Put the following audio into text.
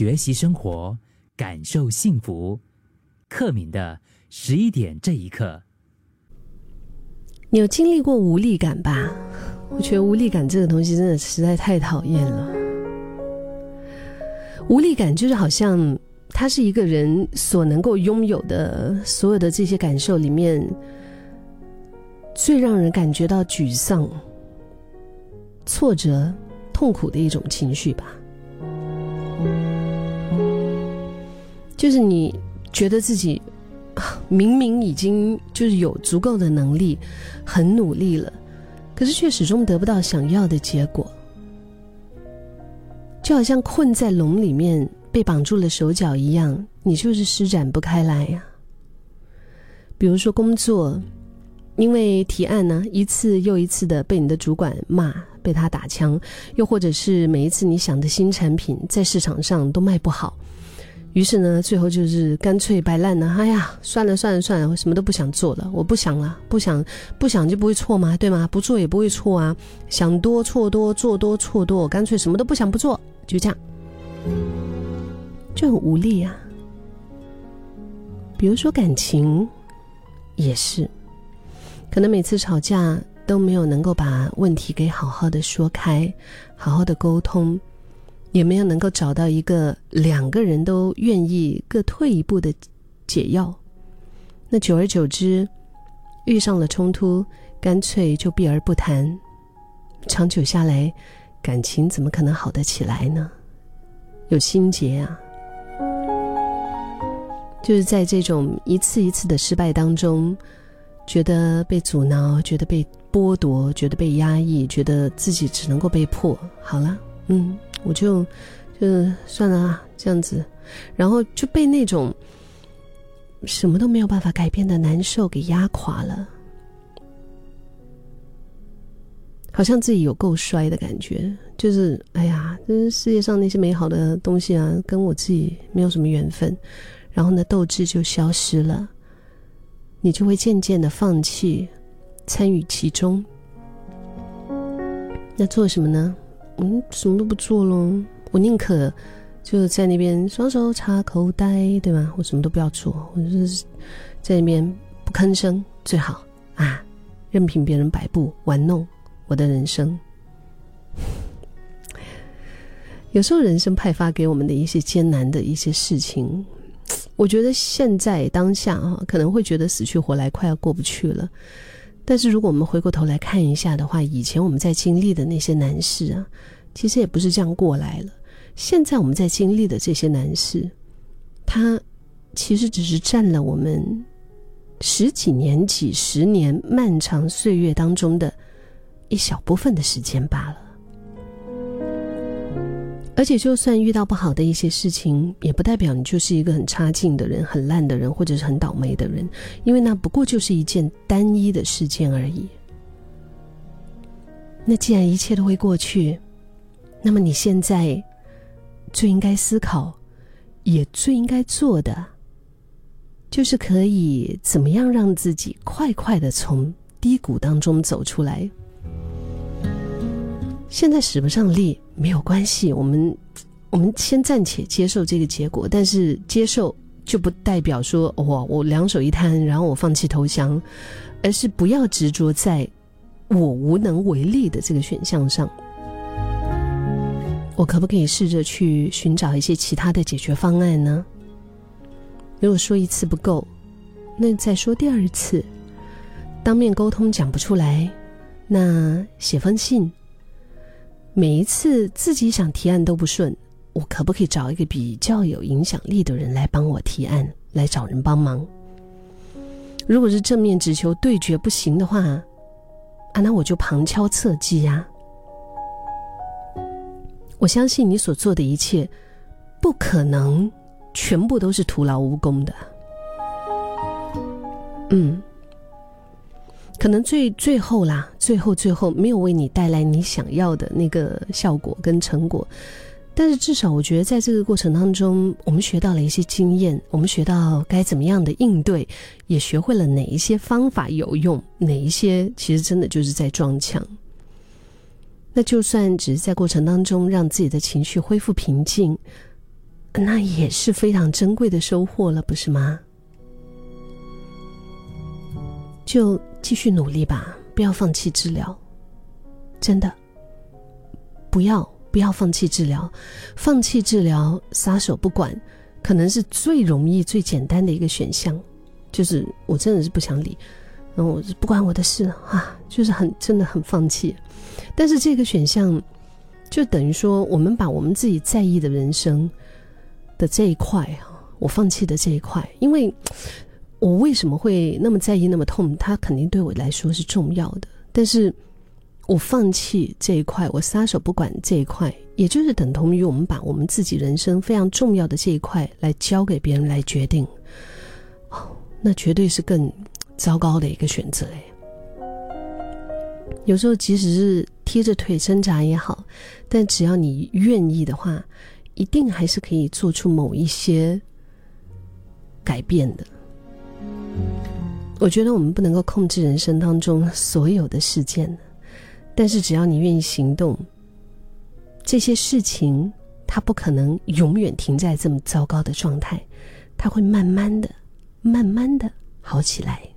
学习生活，感受幸福。克敏的11点这一刻。 你有经历过无力感吧？我觉得无力感这个东西真的实在太讨厌了。无力感就是好像它是一个人所能够拥有的所有的这些感受里面最让人感觉到沮丧、挫折、痛苦的一种情绪吧。就是你觉得自己明明已经就是有足够的能力，很努力了，可是却始终得不到想要的结果，就好像困在笼里面被绑住了手脚一样，你就是施展不开来呀。比如说工作，因为提案呢一次又一次的被你的主管骂，被他打枪，又或者是每一次你想的新产品在市场上都卖不好，于是呢最后就是干脆摆烂了，哎呀算了，我什么都不想做了，我不想了，不想就不会错吗？对吗？不做也不会错啊，想多错多，做多错多，干脆什么都不想不做，就这样，就很无力啊。比如说感情也是，可能每次吵架都没有能够把问题给好好的说开，好好的沟通，也没有能够找到一个两个人都愿意各退一步的解药。那久而久之遇上了冲突，干脆就避而不谈，长久下来感情怎么可能好得起来呢？有心结啊。就是在这种一次一次的失败当中，觉得被阻挠，觉得被剥夺，觉得被压抑，觉得自己只能够被迫，好了，我就算了啊，这样子，然后就被那种什么都没有办法改变的难受给压垮了，好像自己有够衰的感觉，就是哎呀，这世界上那些美好的东西啊，跟我自己没有什么缘分，然后呢，斗志就消失了，你就会渐渐的放弃参与其中。那做什么呢？什么都不做咯，我宁可就在那边双手插口袋，对吗？我什么都不要做，我就是在那边不吭声最好啊，任凭别人摆布玩弄我的人生。有时候人生派发给我们的一些艰难的一些事情，我觉得现在当下可能会觉得死去活来，快要过不去了。但是如果我们回过头来看一下的话，以前我们在经历的那些难事啊，其实也不是这样过来了。现在我们在经历的这些难事，它其实只是占了我们十几年、几十年漫长岁月当中的一小部分的时间罢了。而且就算遇到不好的一些事情，也不代表你就是一个很差劲的人、很烂的人，或者是很倒霉的人，因为那不过就是一件单一的事件而已。那既然一切都会过去，那么你现在最应该思考，也最应该做的，就是可以怎么样让自己快快的从低谷当中走出来。现在使不上力没有关系，我们先暂且接受这个结果，但是接受就不代表说我两手一摊，然后我放弃投降，而是不要执着在我无能为力的这个选项上。我可不可以试着去寻找一些其他的解决方案呢？如果说一次不够，那再说第二次。当面沟通讲不出来，那写封信。每一次自己想提案都不顺，我可不可以找一个比较有影响力的人来帮我提案，来找人帮忙？如果是正面直球对决不行的话，那我就旁敲侧击啊。我相信你所做的一切不可能全部都是徒劳无功的。可能最后啦，最后没有为你带来你想要的那个效果跟成果，但是至少我觉得在这个过程当中，我们学到了一些经验，我们学到该怎么样的应对，也学会了哪一些方法有用，哪一些其实真的就是在撞墙。那就算只是在过程当中让自己的情绪恢复平静， 那也是非常珍贵的收获了，不是吗？就继续努力吧，不要放弃治疗，真的，不要放弃治疗。放弃治疗，撒手不管，可能是最容易最简单的一个选项，就是我真的是不想理，然后我不关我的事啊，就是真的很放弃。但是这个选项就等于说，我们把我们自己在意的人生的这一块，我放弃的这一块，因为我为什么会那么在意那么痛，它肯定对我来说是重要的，但是我放弃这一块，我撒手不管这一块，也就是等同于我们把我们自己人生非常重要的这一块来交给别人来决定，那绝对是更糟糕的一个选择。有时候即使是贴着腿挣扎也好，但只要你愿意的话，一定还是可以做出某一些改变的。我觉得我们不能够控制人生当中所有的事件，但是只要你愿意行动，这些事情它不可能永远停在这么糟糕的状态，它会慢慢的好起来。